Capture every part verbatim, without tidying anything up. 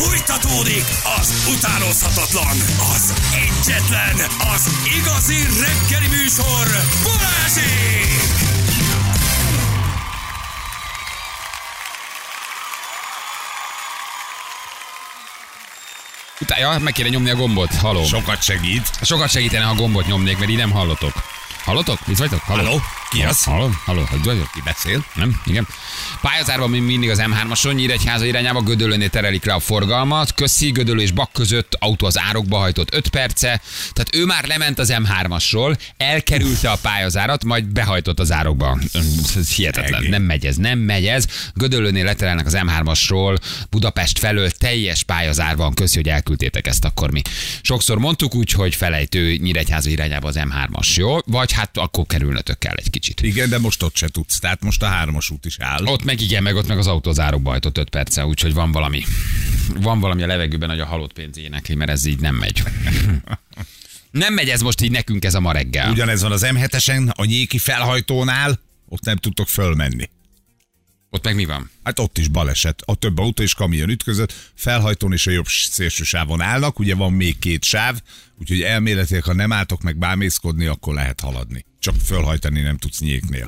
Fújtatódik az utánozhatatlan, az egyetlen, az igazi reggeli műsor, Balázsék! Ja, meg kéne nyomni a gombot, haló. Sokat segít. Sokat segítene, ha gombot nyomnék, mert így nem hallotok. Hallotok? Itt vagytok? Halló? Halló? Ki az? Halló? Halló? Hogy vagyok? Ki beszél? Nem? Igen. Pályázárban még mindig az em hármason, Nyíregyháza irányába, Gödöllőnél terelik le a forgalmat. Köszi, Gödöllő és Bak között autó az árokba hajtott öt perce. Tehát ő már lement az em hármasról, elkerülte a pályazárat, majd behajtott az árokba. Ez hihetetlen. Egész. Nem megy ez, nem megy ez. Gödöllőnél leterelnek az em hármasról, Budapest felől teljes pályazár van. Köszi, hogy elküldtétek ezt akkor mi. Sokszor mondtuk úgy, hogy felejtő Nyíregyháza irányába az em hármas, jó? Vagy hát akkor kerülnötök kell egy kicsit. Igen, de most ott se tudsz. Tehát most a hármas út is áll. Ott meg igen, meg ott meg az autó az árokba hajtott öt perce, úgyhogy van valami. Van valami a levegőben, hogy a halott pénz énekli, mert ez így nem megy. Nem megy ez most így nekünk ez a ma reggel. Ugyanez van az em hetesen, a Nyéki felhajtónál, ott nem tudtok fölmenni. Ott meg mi van? Hát ott is baleset. A több autó és kamion ütközött, felhajtón és a jobb szélső sávon állnak, ugye van még két sáv, úgyhogy elméletileg, ha nem álltok meg bámészkodni, akkor lehet haladni. Csak fölhajtani nem tudsz Nyéknél.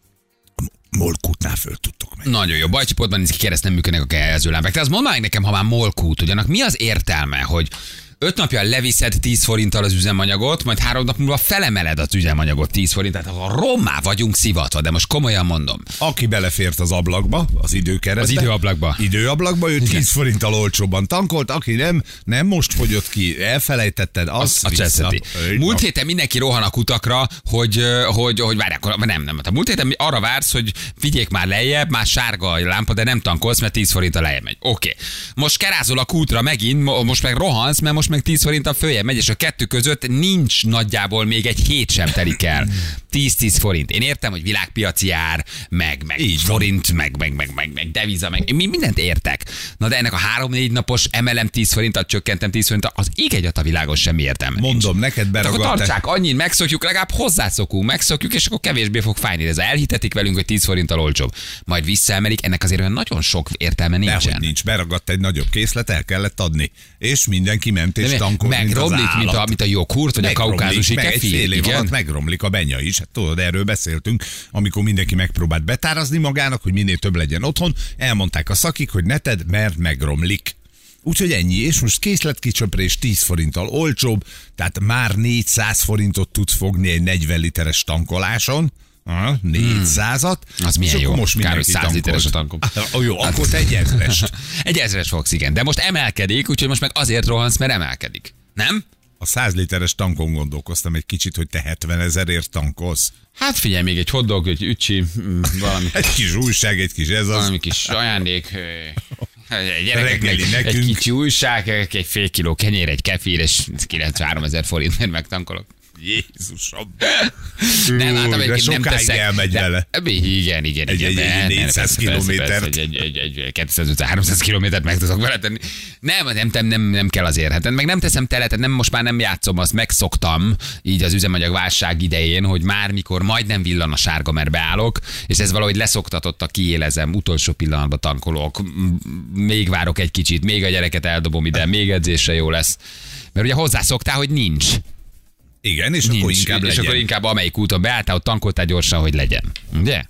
Molkútnál föl tudtok meg. Nagyon jó. Bajcsipotban nincs kereszt, nem működnek a jelzőlámpák. Tehát azt mondd meg nekem, ha már molkút, ugyanak mi az értelme, hogy öt napja leviszed tíz forinttal az üzemanyagot, majd három nap múlva felemeled az üzemanyagot tíz forint, tehát a rommá vagyunk szivatva, de most komolyan mondom. Aki belefért az ablakba, az időkeretbe. Az időablakba. Időablakba, ő tíz forinttal olcsóbban tankolt, aki nem, nem most fogyott ki, elfelejtetted, az, az vissza. Múlt héten mindenki rohan a kutakra, hogy, hogy, hogy várják, nem, nem. A múlt héten arra vársz, hogy vigyék már lejjebb, már sárga a lámpa, de nem tankolsz, mert tíz forint a lejjebb megy. Oké. Okay. Most kerázol a kútra megint, most meg rohansz, mert most meg tíz forint a följebb megy, és a kettő között nincs nagyjából még egy hét sem telik el. tíz-tíz forint. Én értem, hogy világpiaci ár, meg, meg így forint, meg, meg, meg, meg, meg deviza, meg mi mindent értek. Na de ennek a három-négy napos emelem tíz forintat, csökkentem tíz forintat, az ég egyat a világon semmi értelme. Mondom, nincs. neked Akkor beragadt. tartsák annyit, megszokjuk, legalább hozzászokunk, megszokjuk, és akkor kevésbé fog fájni. Ez elhitetik velünk, hogy tíz forinttal olcsóbb. Majd visszaemelik, ennek azért olyan nagyon sok értelme nincsen. Dehogy nincs, beragadt egy nagyobb készlet, el kellett adni. És mindenki ment és tankolt, megromlik, mint a, mint a joghurt, vagy megromlik, a kaukázusi meg kefir. egy fél év Igen? alatt megromlik a benya is. Hát tudod, erről beszéltünk, amikor mindenki megpróbált betárazni magának, hogy minél több legyen otthon, elmondták a szakik, hogy ne tedd, mert megromlik. Úgyhogy ennyi, és most készletkicsöprés tíz forinttal olcsóbb, tehát már négyszáz forintot tudsz fogni egy negyven literes tankoláson. Aha, négyszázat. Hmm. Az milyen jó. Most Kár, hogy száz literes a tankom. Ah, jó, akkor te egy ezrest. Egy ezres fogsz, igen. De most emelkedik, úgyhogy most meg azért rohansz, mert emelkedik. Nem? A száz literes tankon gondolkoztam egy kicsit, hogy te hetven ezerért tankolsz. Hát figyelj, még egy hotdog, egy ücsi, valami, Egy kis újság, egy kis ez az. valami kis ajándék. Egy gyerekeknek Reggeli egy nekünk. kicsi újság, egy fél kiló kenyér, egy kefir, és kilencvenhárom ezer forintért megtankolok. Jézusom. Nem, hát de egyébként nem sokáig teszek. elmegy de, vele. Igen, igen, Egy- igen. egy- de- egy ne, négyszáz persze, persze, kilométert. persze, Egy, egy, egy, egy kétszázötven-háromszáz kilométert meg tudok vele tenni. Nem, nem, nem, nem, nem kell azért. Hát meg nem teszem tele, tehát nem, most már nem játszom, azt megszoktam így az üzemanyag válság idején, hogy már mikor majdnem villan a sárga, mert beállok, és ez valahogy leszoktatott, a kiélezem, utolsó pillanatban tankolok, m- még várok egy kicsit, még a gyereket eldobom ide, még edzésre jó lesz. Mert ugye hozzászoktál, hogy nincs. Igen, és Nincs, akkor inkább és legyen. akkor inkább amelyik úton beálltál, ott tankoltál gyorsan, hogy legyen. Ugye?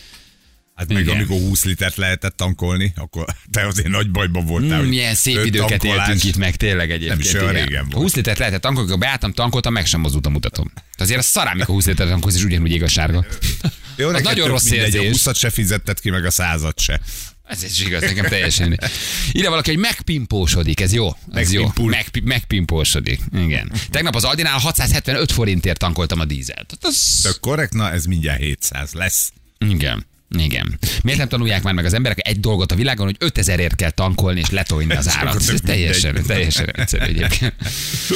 Hát meg Igen. amikor húsz litert lehetett tankolni, akkor te azért nagy bajban voltál. Mm, hogy milyen szép öt időket tankolás. éltünk itt meg, tényleg egyébként. Nem is olyan igen. régen volt. húsz litert lehetett tankolni, amikor beálltam, tankoltam, meg sem mozdult a mutatom. Tehát azért a szarám, amikor húsz litert tankolsz, és ugyanúgy ég a sárga. Jó, az neked nagyon tök rossz mindegy, a érzés. húszat se fizetted ki, meg a százat se. Ez is igaz, nekem teljesen mindegy. Ide valaki, hogy megpimpósodik, ez jó. Ez jó. Megpimpul. Megpi- megpimpósodik. Igen. Tegnap az Aldinál hatszázhetvenöt forintért tankoltam a dízelt. Az... Tök korrekt, na ez mindjárt hétszáz lesz. Igen. Igen. Miért nem tanulják már meg az emberek egy dolgot a világon, hogy ötezerért kell tankolni és letolni az Ez árat? akkor Ez tök teljesen, mindegy. teljesen egyszerű egyébként.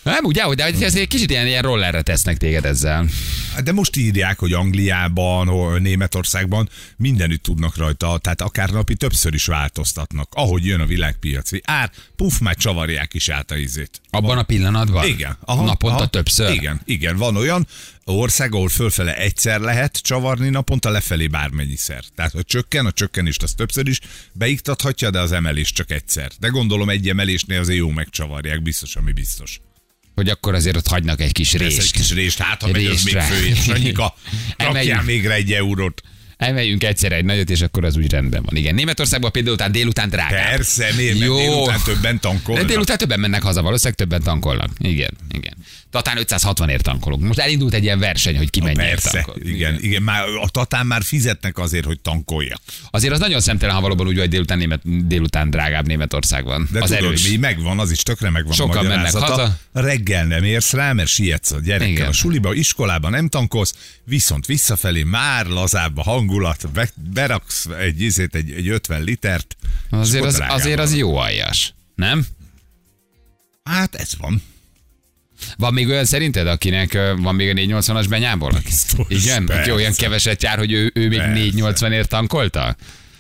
Nem, ugye, hogy de ez egy kicsit ilyen, ilyen rollerre tesznek téged ezzel. De most írják, hogy Angliában, Németországban mindenütt tudnak rajta, tehát akár napi többször is változtatnak. Ahogy jön a világpiaci ár, puf, már csavarják is át a izét. Abban a pillanatban? Igen. Aha, naponta aha, többször? Igen, igen. Van olyan ország, ahol fölfele egyszer lehet csavarni naponta, lefelé bármennyiszer. Tehát, ha csökken, a csökkenést az többször is beiktathatja, de az emelés csak egyszer. De gondolom egy emelésnél azért jó megcsavarják, biztos, ami biztos. Hogy akkor azért ott hagynak egy kis rést. Egy kis rést, hát ha megy, az még Réstre. fő, és Sanyika, rakjál Emeljünk. még rá egy eurót. Emeljünk egyszer egy nagyot, és akkor az úgy rendben van. Igen, Németországban például után délután drágább. Persze, miért? Mert Jó. délután többen tankolnak. De délután többen mennek haza, valószínűleg többen tankolnak. Igen, igen. Tatán ötszázhatvanért tankolunk. Most elindult egy ilyen verseny, hogy ki mennyiért Persze, tankol. igen, igen, már a Tatán már fizetnek azért, hogy tankoljak. Azért az nagyon szemtelen, ha valóban úgy vagy délután, német, délután drágább Németországban. De az tudod, erős. mi megvan, az is tökre megvan Sokan a mennek magyarázata. haza. Reggel nem érsz rá, mert sietsz a gyerekkel Igen. a suliba, iskolába nem tankolsz, viszont visszafelé már lazább a hangulat, be, beraksz egy ízét, egy, egy ötven litert. és Azért akkor az, drágább azért az van. jó aljas. Nem? Hát ez van. Van még olyan szerinted, akinek ö, van még a négyszáznyolcvanas benyából? Biztos, Igen? Aki persze. olyan keveset jár, hogy ő, ő még Persze. négyszáznyolcvanért tankolta?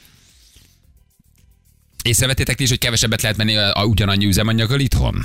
Észrevettétek ti is, hogy kevesebbet lehet menni a, a ugyanannyi üzemanyaggal itthon?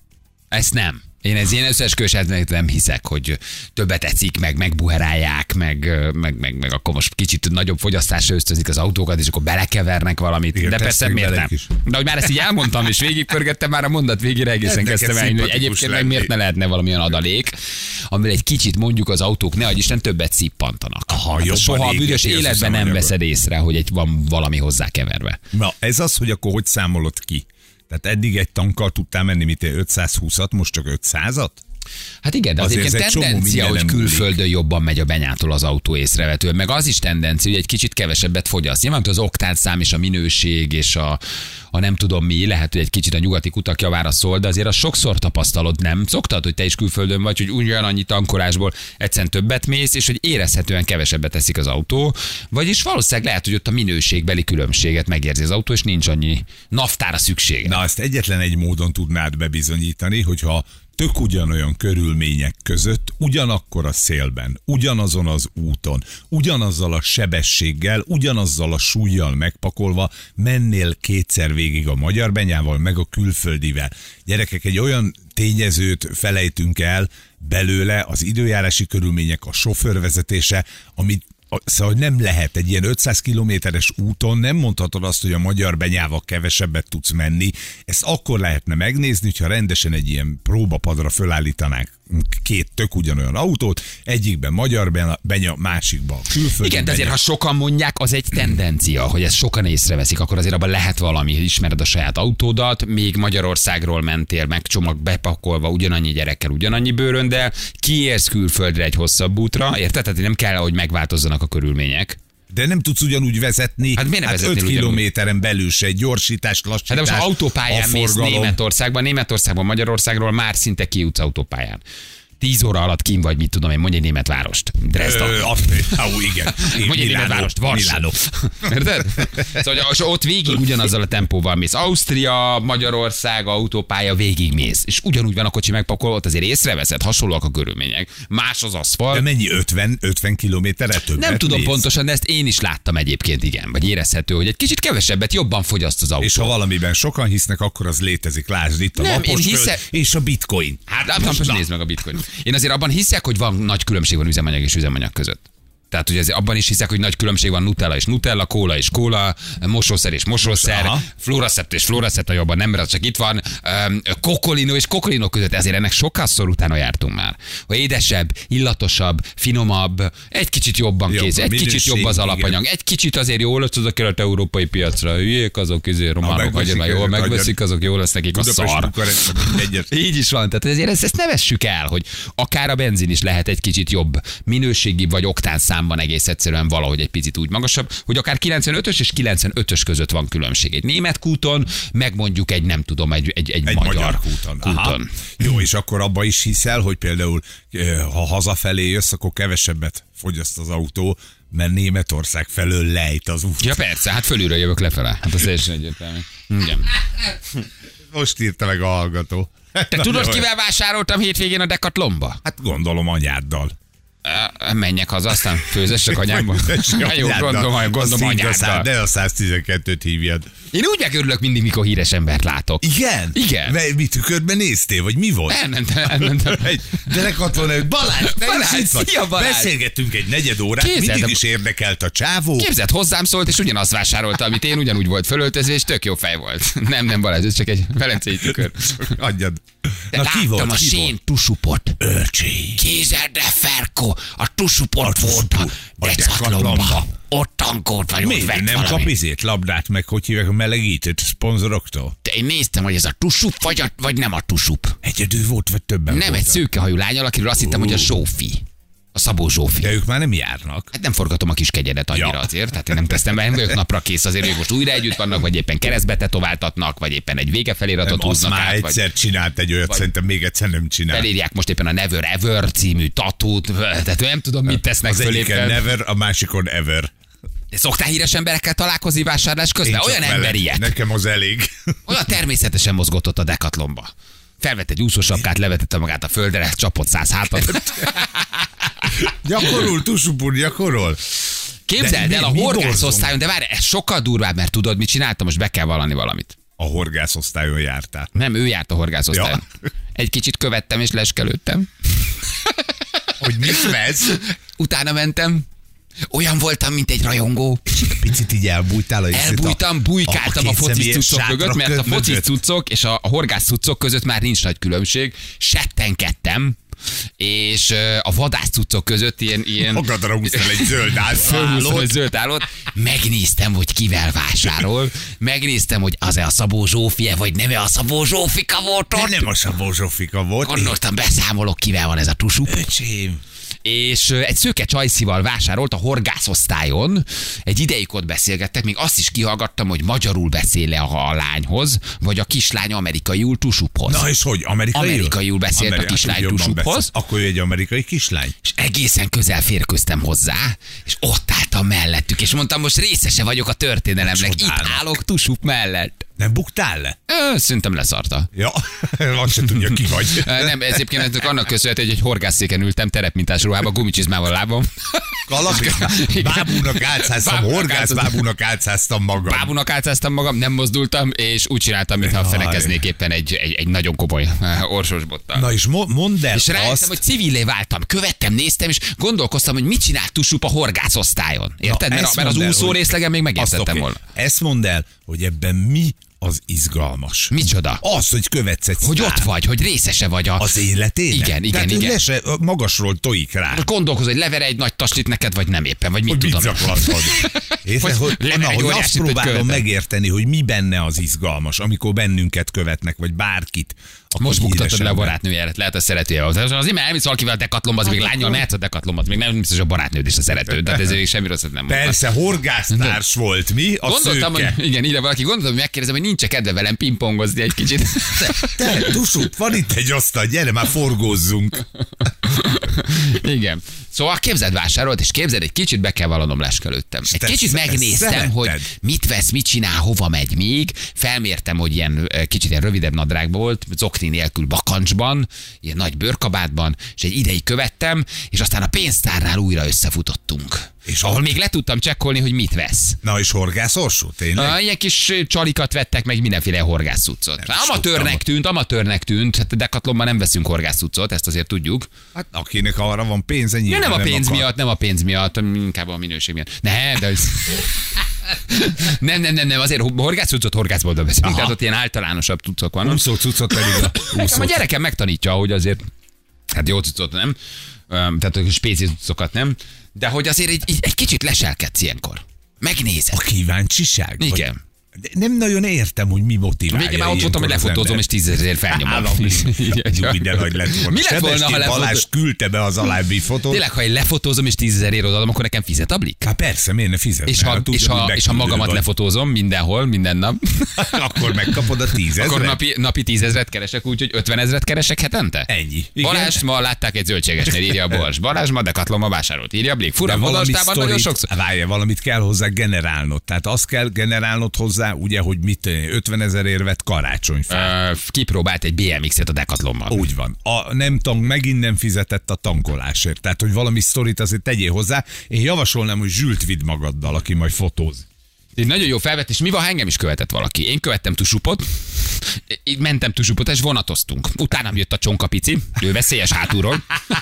Ezt nem. Én ez ilyen összeesküvéshez nem hiszek, hogy többet eszik, meg megbuherálják, meg, meg, meg, meg akkor most kicsit nagyobb fogyasztásra ösztönzik az autókat, és akkor belekevernek valamit. Igen, de persze tesznek miért bele nem? kis. De hogy már ezt így elmondtam, és végigpörgettem már a mondat végére, egészen Neked kezdtem el, hogy szimpatikus egyébként meg lenni. miért ne lehetne valamilyen adalék, amivel egy kicsit mondjuk az autók, ne adj Isten, többet szippantanak. Aha, Hát jobban soha a égeti büdös az életben nem üzemanyagot. veszed észre, hogy egy van valami hozzákeverve. Na, ez az, hogy akkor hogy számolod ki? Tehát eddig egy tankkal tudtál menni, mit ötszázhúszat, most csak ötszázat? Hát igen, de az Azért egy ez egy csomó tendencia, hogy mindenem múlik. külföldön jobban megy a benyától az autó észrevetően, meg az is tendencia, hogy egy kicsit kevesebbet fogyaszt. Nyilván az oktánszám és a minőség és a, a nem tudom mi, lehet, hogy egy kicsit a nyugati kutak javára szól, de azért azt sokszor tapasztalod, nem? Szoktad, hogy te is külföldön vagy, hogy ugyanannyi tankolásból egyszerűen többet mész, és hogy érezhetően kevesebbet teszik az autó, vagyis valószínűleg lehet, hogy ott a minőségbeli különbséget megérzi az autó, és nincs annyi naftára szüksége. Na, ezt egyetlen egy módon tudnád bebizonyítani, hogyha tök ugyanolyan körülmények között, ugyanakkor a szélben, ugyanazon az úton, ugyanazzal a sebességgel, ugyanazzal a súlyjal megpakolva mennél kétszer végig a magyar benyával, meg a külföldivel. Gyerekek, egy olyan tényezőt felejtünk el belőle, az időjárási körülmények, a sofőrvezetése, amit Szóval nem lehet egy ilyen ötszáz kilométeres úton, nem mondhatod azt, hogy a magyar benyával kevesebbet tudsz menni. Ezt akkor lehetne megnézni, hogyha rendesen egy ilyen próbapadra fölállítanánk két tök ugyanolyan autót, egyikben magyar benya, másikban külföldi Igen, de azért, benya. ha sokan mondják, az egy tendencia, hogy ezt sokan észreveszik, akkor azért abban lehet valami, hogy ismered a saját autódat, még Magyarországról mentél meg csomag bepakolva, ugyanannyi gyerekkel, ugyanannyi bőrön, de kiérsz külföldre egy hosszabb útra, érted? Tehát nem kell, hogy megváltozzanak a körülmények. De nem tudsz ugyanúgy vezetni. Hát miért nem hát vezetnél öt ugyanúgy? kilométeren belül se egy gyorsítás, lassítás. Hát de most ha autópályán a mész forgalom. Németországban, Németországban, Magyarországról már szinte kijutsz autópályán. Tíz óra alatt kim vagy, mit tudom én, mondj egy német várost. Dresda. Ö, azt, ó, igen. Mondj egy német várost, Varsó. Érted? Szóval hogy ott végig ugyanazzal a tempóval mész. Ausztria, Magyarország, autópálya, végig mész. És ugyanúgy van a kocsi megpakolva, ott azért észreveszed, hasonlóak a körülmények. Más az De aszfalt. mennyi ötven, ötven kilométerre többet Nem tudom mész? pontosan, de ezt én is láttam egyébként, igen. Vagy érezhető, hogy egy kicsit kevesebbet, jobban fogyaszt az autó. És ha valamiben sokan hisznek, akkor az létezik. Lásd itt a Nem, én lapos hiszem- föld és a bitcoin. Hát most, most na. nézd meg a bitcoin. Én azért abban hiszek, hogy van nagy különbség van üzemanyag és üzemanyag között. Tehát, hogy azért abban is hiszek, hogy nagy különbség van Nutella és Nutella, kóla és kóla, mosószer és mosószer, Aha. fluoraszett és fluoraszett, jobban nem, mert csak itt van, um, kokolino és kokolino között, ezért ennek sokszor utána jártunk már. Hogy édesebb, illatosabb, finomabb, egy kicsit jobban Jobb kész, a egy minőség, kicsit jobb az alapanyag, igen. egy kicsit azért jól lesz az a kelet-európai piacra, hülyék azok, izé, románok, megveszik hagyomán jól őket, megveszik, azok jó lesz nekik a Budapest, szar. Bukarest, mindegyet. Így is van, tehát ezért ezt, ezt ne vessük el, hogy akár a benzin is lehet egy kicsit jobb minőségi vagy oktán számban egész egyszerűen valahogy egy picit úgy magasabb, hogy akár kilencvenötös és kilencvenötös között van különbség. Egy német kúton, meg mondjuk egy nem tudom, egy, egy, egy, Egy magyar, magyar kúton. kúton. Aha. Jó, és akkor abba is hiszel, hogy például eh, ha hazafelé jössz, akkor kevesebbet fogyaszt az autó, mert Németország felől lejt az út. Ja persze, hát fölülről jövök lefele. Hát az teljesen egyértelmű. Igen. Most írta meg a hallgató. Te tudod, kivel vásároltam hétvégén a Decathlonba? Hát gondolom anyáddal. Menjek haza, aztán főzessek anyámban. Jó, gondolom, gondolom anyáddal. De a száztizenkettőt hívjad. Én úgy megörülök mindig, mikor híres embert látok. Igen? Igen. Mert mit tükörben néztél, vagy mi volt? Elmentem, elmentem. De lekatolna, hogy Balázs, te Balázs, is itt vagy. szia, Balázs. Beszélgettünk egy negyed órát, Képzeld, mindig is érdekelt a csávó. Képzeld, hozzám szólt, és ugyanazt vásárolta, amit én, ugyanúgy volt fölöltözve, és tök jó fej volt. Nem, nem Balázs, ez csak egy velencei tükör. Adjad. De Na, ki volt? a ki sén volt? tusupot. Öcsé. Képzeld, de Ferko, a tusupot volt a Decathlonba. Ott tankolt vagy, ott Miért vett nem valami. kap izét, labdát, meg hogy hívják a melegítőt szponzoroktól? De én néztem, hogy ez a tusup, vagy, a, vagy nem a tusup. Egyedül volt, vagy többen Nem, voltak? egy szőkehajú lány, akiről azt hittem, hogy a Zsófi. A Szabó Zsófi. De ők már nem járnak. Hát nem forgatom a kis kegyedet annyira Ja. azért, tehát én nem teszem be, nem vagyok napra kész, azért ők most újra együtt vannak, vagy éppen keresztbe tetováltatnak, vagy éppen egy végefeliratot Nem, azt húznak már át, vagy egyszer csinált egy olyat, vagy- szerintem még egyszer nem csinál. felírják most éppen a Never Ever című tatút, tehát nem tudom, mit tesznek Az föl egyiken éppen. never, a másikon ever. De szoktál híres emberekkel találkozni vásárlás közben? Én csak Olyan veled. emberiek. Nekem az elég. Olyan természetesen mozgott ott a Decathlonba. Felvett egy úszósapkát, levetette magát a földre, csapott száz hátat. Gyakorol, tusupur, gyakorol. Képzeld De el, mi- a mi horgászosztályon, de várj, ez sokkal durvább, mert tudod, mit csináltam, most be kell vallani valamit. A horgászosztályon jártál. Nem, ő járt a horgászosztályon. Ja. Egy kicsit követtem és leskelődtem. Hogy mit vesz? Utána mentem. Olyan voltam, mint egy rajongó. Picit így elbújtál a Elbújtam, bujkáltam a, a focis cuccok mögött, mert a focis cuccok és a, a horgász cuccok között már nincs nagy különbség. Settenkedtem, és ö, a vadász cuccok között ilyen... ilyen Magadra húztál egy zöld Fölhúztam állót. egy zöld állót, megnéztem, hogy kivel vásárol, megnéztem, hogy az-e a Szabó Zsófie, vagy nem-e a Szabó Zsófika volt ott. Nem a Szabó Zsófika volt. Gondoltam, beszámolok, kivel van ez a tusup. Öcsém. És ö, egy szőke csajszival vásárolt a horgászosztályon, egy ideig ott beszélgettek, még azt is kihallgattam, hogy magyarul beszél-e a, a lányhoz, vagy a kislány amerikaiul tusuphoz. Na és hogy, amerikai? Amerikaiul beszélt a kislány tusuphoz. Akkor ő egy amerikai kislány? És egészen közel férköztem hozzá, és ott álltam mellettük, és mondtam, most részese vagyok a történelemnek, itt Csodálatos. állok tusup mellett. Nem buktál le? Ö, Szerintem leszarta. Ja, azt se tudja, ki vagy. Ö, Nem, ez egyébként ennek annak köszönhető, hogy egy horgászszéken ültem terepmintás ruhába, gumicsizmával a lábam. Kalapja, bábúnak átszáztam, Bábúnak horgász átszáztam. bábúnak átszáztam magam. Bábúnak átszáztam magam, nem mozdultam, és úgy csináltam, mintha Jaj. fenekeznék éppen egy, egy, egy nagyon komoly orvosbottal. Na és mo- mondd el És rájöttem, azt, hogy civillé váltam, követtem, néztem, és gondolkoztam, hogy mit csinált tusup a horgászosztályon. Érted? Na, Mert, ezt mert az mondd el, úszó hogy- részlegen még azt megértettem oké. volna. Ezt mondd el, hogy ebben mi az izgalmas. Micsoda? Az, hogy követsz egy Hogy sztár. ott vagy, hogy részese vagy a... Az életének? Igen, igen, Tehát ő igen. le se, magasról tojik rá. Gondolkozz, hogy levere egy nagy taslit neked, vagy nem éppen, vagy mit Hogy mit tudom. zaklatod. Érted, Hogy hogy, lever na, egy hogy óriásit, azt hogy próbálom követed. megérteni, hogy mi benne az izgalmas, amikor bennünket követnek, vagy bárkit. aki Most híres buktatod le a ember. barátnőjélet, lehet a szeretője volt. Azért már elmész valakivel a Decathlonba, az még lányal mehetsz a Decathlonba, még nem biztos a barátnőd is a szeretőd, tehát ezért semmi rosszat nem mondtam. Persze, horgásztárs volt, mi? A Gondoltam, szőke. hogy igen, ide valaki gondoltam, hogy megkérdezem, hogy nincs kedve velem pingpongozni egy kicsit. Te, Tusuk, van itt egy asztal, gyere már forgózzunk. Igen. Szóval képzeld, vásárolt, és képzeld, egy kicsit be kell vallanom, leskelődtem. Egy te kicsit ezt megnéztem, szeretted? hogy mit vesz, mit csinál, hova megy még. Felmértem, hogy ilyen eh, kicsit ilyen rövidebb nadrágban volt, zokni nélkül bakancsban, ilyen nagy bőrkabátban, és egy ideig követtem, és aztán a pénztárnál újra összefutottunk. És ahol ott? még le tudtam csekkolni, hogy mit vesz. Na és horgászorsó, tényleg? Uh, ilyen kis csalikat vettek, meg mindenféle horgászcuccot. Nem is Amatőrnek tudtam. tűnt, amatőrnek tűnt. Hát a Decathlonban nem veszünk horgászcuccot, ezt azért tudjuk. Hát akinek arra van pénze, Ja, nyilván nem a pénz akar. miatt, nem a pénz miatt, inkább a minőség miatt. Ne, de... nem, nem, nem, nem, azért horgászcuccot horgászboltban veszünk, Aha. tehát ott ilyen általánosabb cuccok vannak. Úszó cuccot pedig a Nekem a úszó. gyerekem megtanítja, hogy azért, hát jó cuccot nem, Öm, tehát a spéci cuccokat nem, de hogy azért egy, egy, egy kicsit leselkedsz ilyenkor. Megnézed. A kíváncsiság? Vagy- Igen. De nem nagyon értem, hogy mi motiválja. Végén már ott voltam, hogy ilyenkor az lefotózom, és ember. tízezért felnyomom. Állam, Nyugi, de nagy lett volna. Mi lett volna, ha Sebestyén Balázs lefotózom? küldte be az alábbi fotót. Tényleg, ha én lefotózom, és tízezerért odaadom, akkor nekem fizet a Blik? Hát persze, miért ne fizetne? És ha, Hát tudja, és, ha, hogy és ha beküldő magamat vagy. lefotózom mindenhol, minden nap, Akkor megkapod a tízezret. akkor napi, napi tízezret keresek, úgyhogy ötvenezret keresek hetente? Ennyi. Igen. Balázs, ma látták egy zöldségesnél, írja a Bors. Balázs, ma Decathlonba vásárolt, írja a Blik. De Fura, valami magasában nagyon sztorit, sokszor. várja, valamit kell hozzá generálnod. Tehát azt kell generálnod hozzá, hozzá, ugye, hogy mit ötvenezerért vett karácsonyfát. Ö, kipróbált egy bé em iksz-et a Decathlonban. Úgy van. A nem tank megint nem fizetett a tankolásért. Tehát, hogy valami sztorit azért tegyél hozzá. Én javasolnám, hogy Zsült vidd magaddal, aki majd fotóz. Egy nagyon jó felvetés, mi van, ha engem is követett valaki? Én követtem Tusupot, így mentem Tusupot, és vonatoztunk. Utána jött a csonkapici, ő veszélyes hátulról.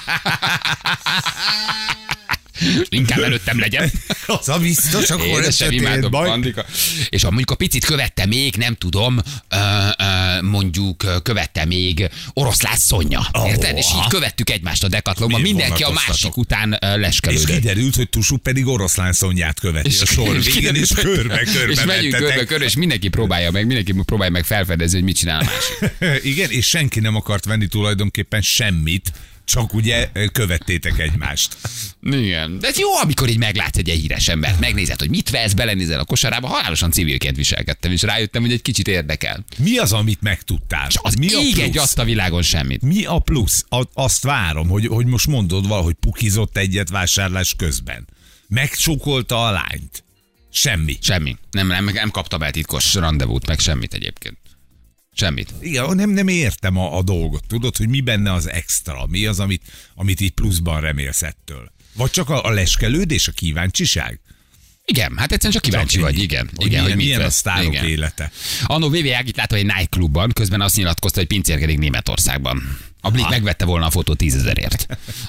Inkább előttem legyen. Az a biztos, akkor Édesem, imádom, Bandika. És ha mondjuk a picit követte még, nem tudom, ö, ö, mondjuk követte még Oroszlán Szonya. Oh, érted? És így követtük egymást a Decathlonban. Mindenki a másik után ö, leskelődött. És kiderült, hogy Tusup pedig Oroszlán Szonyát követi és a sor végén, és körbe-körbe És megyünk körbe-körbe, és mindenki próbálja meg, mindenki próbálja meg felfedezni, hogy mit csinál a másik. Igen, és senki nem akart venni tulajdonképpen semmit, csak ugye követtétek egymást. Igen. De ez jó, amikor így meglátsz egy híres embert, megnézed, hogy mit vesz, belenézel a kosarába, halálosan civilként viselkedtem, és rájöttem, hogy egy kicsit érdekel. Mi az, amit megtudtál? És az Mi a ég plusz? egy azt a világon semmit. Mi a plusz? A, azt várom, hogy, hogy most mondod valahogy pukizott egyet vásárlás közben. Megcsókolta a lányt. Semmi. Semmi. Nem, nem, nem kaptam el titkos randevút, meg semmit egyébként. Semmit. Igen, nem, nem értem a, a dolgot. Tudod, hogy mi benne az extra? Mi az, amit, amit így pluszban remélsz ettől? Vagy csak a, a leskelődés, a kíváncsiság? Igen, hát egyszerűen csak kíváncsi Csak vagy, ennyi. igen. Hogy igen, milyen, hogy mit milyen a vesz. sztárok Igen. élete. Annó vé vé Ágit látta egy nightclubban, közben azt nyilatkozta, hogy pincérkedik Németországban. A Blik megvette volna a fotó tízezerért.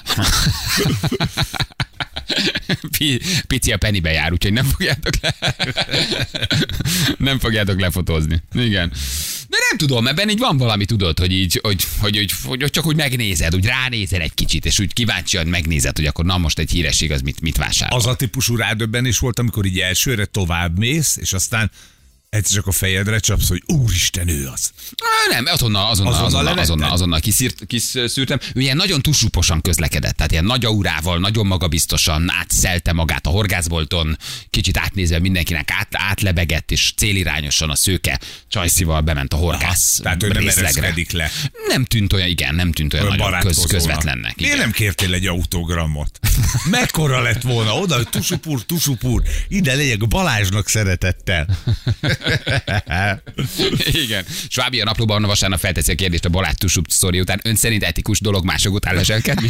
Pici a pennybe jár, úgyhogy nem fogjátok le... nem fogjátok lefotózni. Igen. De nem tudom, ebben így van valami, tudod, hogy így, hogy, hogy, hogy, hogy, hogy csak úgy megnézed, úgy ránézel egy kicsit, és úgy kíváncsian megnézed, hogy akkor na most egy híresség az mit, mit vásárol. Az a típusú rádöbbenés volt, amikor így elsőre tovább mész, és aztán egyszer csak a fejedre csapsz, hogy úristen, ő az. Nem, azonnal, azonnal, Azonnal azonnal, levetted? azonnal, azonnal kiszírt, kiszűrtem. Ő ilyen nagyon tusuposan közlekedett, tehát ilyen nagy aurával, nagyon magabiztosan átszelte magát a horgászbolton, kicsit átnézve mindenkinek át, átlebegett, és célirányosan a szőke csajszival bement a horgász. Tehát ő nem részlegre. ereszkedik le. Nem tűnt olyan, igen, nem tűnt olyan, Olyan nagyon köz, barátkozónak. közvetlennek. Miért Igen. nem kértél egy autogramot? Mekkora lett volna oda, hogy Tusupúr, Tusupúr, ide legyek Balázsnak szeretettel. Igen. Svábia naplóban vasárnap felteszi a kérdést a Balázs Tusup sztori után. Ön szerint etikus dolog mások után leselkedni?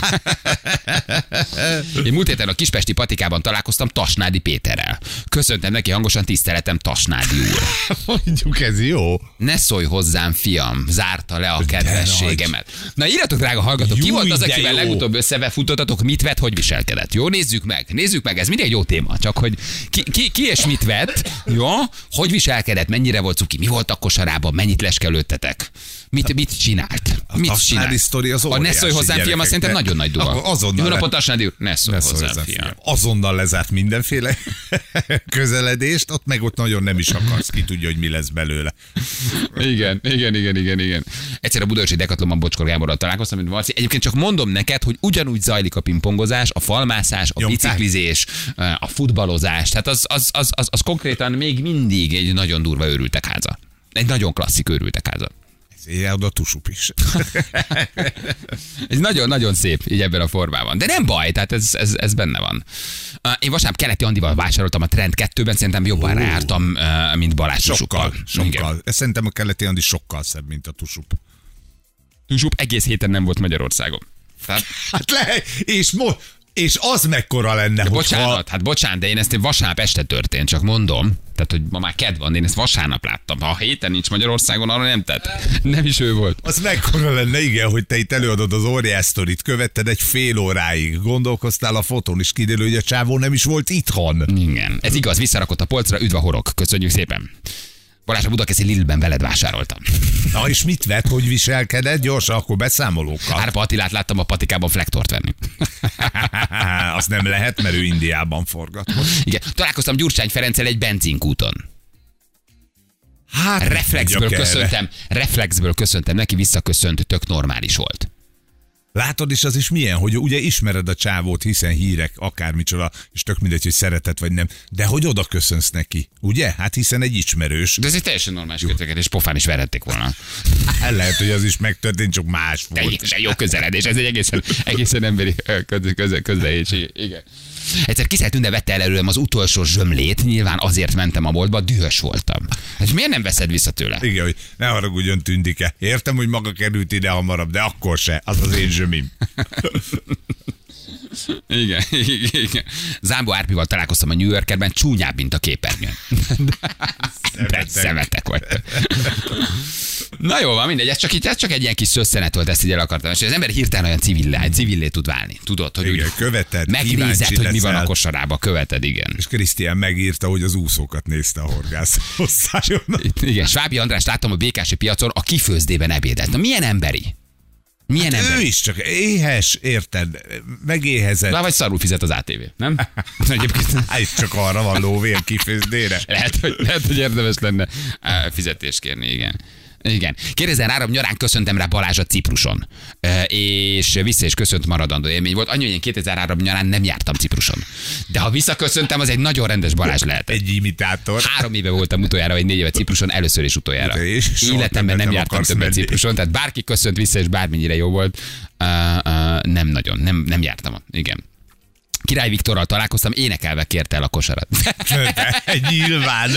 Én múlt héten a Kispesti Patikában találkoztam Tasnádi Péterrel. Köszöntem neki hangosan, tiszteletem Tasnádi úr. Mondjuk ez jó. Ne szólj hozzám, fiam, zárta le a kedvességemet. Na írjatok, drága hallgatók, ki Júj, volt az, de akivel jó. legutóbb összefutottatok, mit vett, hogy viselkedett? Jó, nézzük meg, nézzük meg, ez mindig egy jó téma, csak hogy ki, ki, ki és mit vett, jó, hogy viselkedett, mennyire volt cuki, mi volt a kosarában, mennyit leskelődtetek, mit, mit csinált, mit Tasnádi csinált. sztori az A ne óriási, szólj hozzám, fiam, azt szerintem gyerekek. nagyon nagy Akkor duga. azonnal Jó le- napot, Tasnádi úr, ne szólj Ne szólj hozzám, hozzá, fiam. fiam. Azonnal lezárt mindenféle közeledést, ott meg ott nagyon nem is akarsz, ki tudja, hogy mi lesz belőle. Igen, igen, igen, igen, igen. Egyszer a Budaörsi Decathlonban Bocskor Gáborral találkoztam, mint Marci. Egyébként csak mondom neked, hogy ugyanúgy zajlik a pingpongozás, a falmászás, a Nyomták? biciklizés, a futballozás. Tehát az, az, az, az, az konkrétan még mindig egy nagyon durva őrültek háza. Egy nagyon klasszik őrültek háza. Ilyen oda Tusup is. Ez nagyon-nagyon szép így ebben a formában. De nem baj, tehát ez, ez, ez benne van. Én vasárnap Keleti Andival vásároltam a Trend kettőben, szerintem jobban Ó. rájártam, mint Balázs Sokkal, Tusuppal. Igen. sokkal. Ez szerintem a keleti Andi sokkal szebb, mint a Tusup. Tusup egész héten nem volt Magyarországon. Tehát... Hát le, és, mo- és az mekkora lenne, De hogyha... bocsánat, hát bocsánat, de én ezt én vasárnap este történt, csak mondom. Tehát, hogy ma már kedv van, de én ezt vasárnap láttam. Ha a héten nincs Magyarországon, arra nem tett. Nem is ő volt. Az mekkora lenne, igen, hogy te itt előadod az óriás sztorit, követted egy fél óráig, gondolkoztál a fotón, és kiderül, hogy a csávó nem is volt itthon. Igen, ez igaz, visszarakott a polcra, üdv a horog. Köszönjük szépen. Balázs, a Budakeszi Lidlben veled vásároltam. Na és mit vett, hogy viselkedett? Gyorsan, akkor beszámolókkal. Árpa Attilát láttam a patikában flektort venni. Azt nem lehet, mert ő Indiában forgat. Igen, találkoztam Gyurcsány Ferenccel egy benzinkúton. Hát, Reflexből mondjak erre. köszöntem, reflexből köszöntem neki, visszaköszönt, tök normális volt. Látod, és az is milyen, hogy ugye ismered a csávót, hiszen hírek, akármicsoda, és tök mindegy, hogy szeretet vagy nem, de hogy oda köszönsz neki, ugye? Hát hiszen egy ismerős. De ez egy teljesen normális kötekedés, pofán is verhették volna. Hát lehet, hogy az is megtörtént, csak más volt. Teljesen jó közeledés, ez egy egészen, egészen emberi köze, közlejési. Igen. Egyszer Kiszelt Tünde vette el előlem az utolsó zsömlét, nyilván azért mentem a boltba, dühös voltam. Hát miért nem veszed vissza tőle? Igen, hogy ne haragudjon, Tündike. Értem, hogy maga került ide hamarabb, de akkor se. Az az én zsömim. Igen, igen, igen. Zámbó Árpival találkoztam a New Yorkerben, csúnyább, mint a képernyőn. De szemetek vagytok. Na jó van, mindegy, ez csak, így, ez csak egy ilyen kis szösszenet volt, ezt így el akartam. És az ember hirtelen olyan civillé, civillé tud válni. Tudod, hogy igen, úgy követed, megnézed, hogy mi van a leszel. kosarába, követed, igen. És Krisztián megírta, hogy az úszókat nézte a horgászosztályon. Igen, Svábi András láttam a Békási piacon, a kifőzdében ebédelt. Na milyen emberi? Milyen Hát ember? ő is csak éhes, érted? Megéhezett. Na, vagy szarul fizet az á té vé, nem? Egyébként Hát itt csak arra van lóvér kifőzdére. lehet, hogy, lehet, hogy érdemes lenne á, fizetést kérni, igen. Igen. kétezer-három nyarán köszöntem rá Balázsat Cipruson, e, és vissza is köszönt, maradandó élmény volt. Annyi, hogy én kétezer-három nyarán nem jártam Cipruson. De ha visszaköszöntem, az egy nagyon rendes Balázs lehet. Egy imitátor. Három éve voltam utoljára, vagy négy éve Cipruson, először is utoljára. És soha Életemben nem nem jártam akarsz többet menni. Cipruson, tehát bárki köszönt vissza, és bármennyire jó volt, uh, uh, nem nagyon, nem, nem jártam. Igen. Király Viktorral találkoztam, énekelve kérte el a kosarat. Nyilván.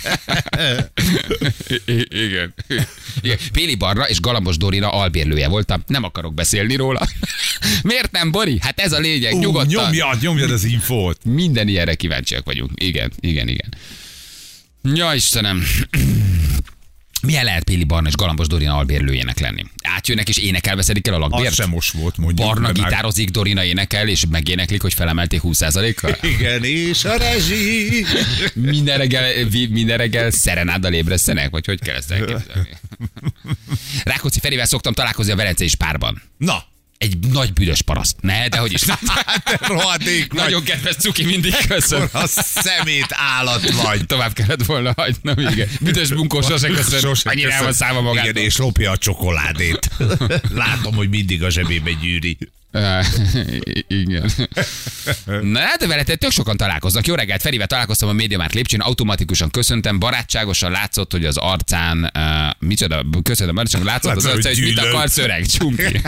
I- igen. Igen. Péli Barna és Galambos Dorina albérlője voltam. Nem akarok beszélni róla. Miért nem, Bori? Hát ez a lényeg, Ú, nyugodtan. nyomjad, nyomjad az infót. Minden ilyenre kíváncsiak vagyunk. Igen, igen, igen. Ja, Istenem. Milyen lehet Péli Barna és Galambos Dorina albérlőjének lenni? Átjönnek és énekelve szedik el a Az lakbért? sem most volt, mondjuk. Barna de már- gitározik, Dorina énekel, és megéneklik, hogy felemelték húsz százalékkal? Igen, és a rezsi. Minden reggel, vi- minden reggel szerenáddal ébresztenek? Vagy hogy kell ezt elképzelni? Rákóczi Ferivel szoktam találkozni a Velencei Spárban. Na, Egy nagy büdös paraszt. Ne, de hogy is. te rohadék vagy. Nagyon kedves cuki, mindig köszön. A szemét állat vagy. Tovább kellett volna hagynom, igen. Büdös bunkó sose köszön. Sose Annyira el van szállva magától. Igen, és lopja a csokoládét. Látom, hogy mindig a zsebébe gyűri. Uh, igen. Na, de vele tök sokan találkoznak. Jó reggelt, Ferivel találkoztam a MediaMarkt lépcsőn, automatikusan köszöntem, barátságosan látszott, hogy az arcán, uh, micsoda, köszönöm, barátságosan látszott az Látszott, arcán, hogy hogy mit gyűlöl. akarsz, öreg, csumpi.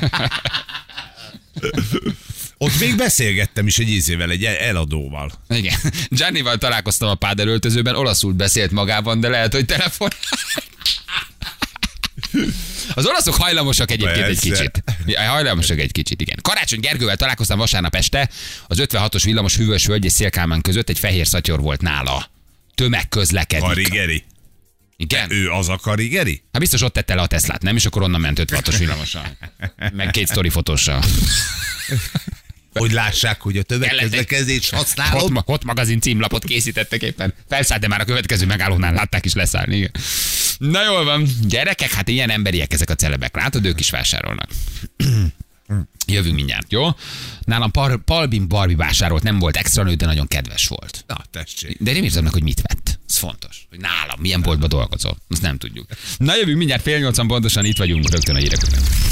Ott még beszélgettem is egy ízével, egy eladóval. Igen. Giannival találkoztam a pádelöltözőben, olaszul beszélt magában, de lehet, hogy telefon. Az olaszok hajlamosak egyébként egy Persze. kicsit. Ja, hajlamosak egy kicsit, igen. Karácsony Gergővel találkoztam vasárnap este, az ötvenhatos villamos Hűvös Völgy és Szélkámán között egy fehér szatyor volt nála. Tömegközlekedik. Karigeri. Igen? Ő az a karigeri? Hát biztos ott tette le a Teslát, nem? És akkor onnan ment ötvenhatos villamossal. Meg két sztori fotóssal. Hogy lássák, hogy a tömegközlekedést Hot, használod. ma- Hot magazin címlapot készítettek éppen. Felszállt, de már a következő megállónál látták is leszállni. Igen. Na jól van. Gyerekek, hát ilyen emberiek ezek a celebek. Látod, ők is vásárolnak. Jövünk mindjárt, jó? Nálam Par- Palbin Barbie vásárolt, nem volt extra nő, de nagyon kedves volt. Na, tessék. De nem érzem meg, hogy mit vett. Ez fontos. Hogy nálam milyen boltban dolgozol. Azt nem tudjuk. Na jövünk mindjárt fél nyolcan pontosan, itt vagyunk rögtön a hírek után.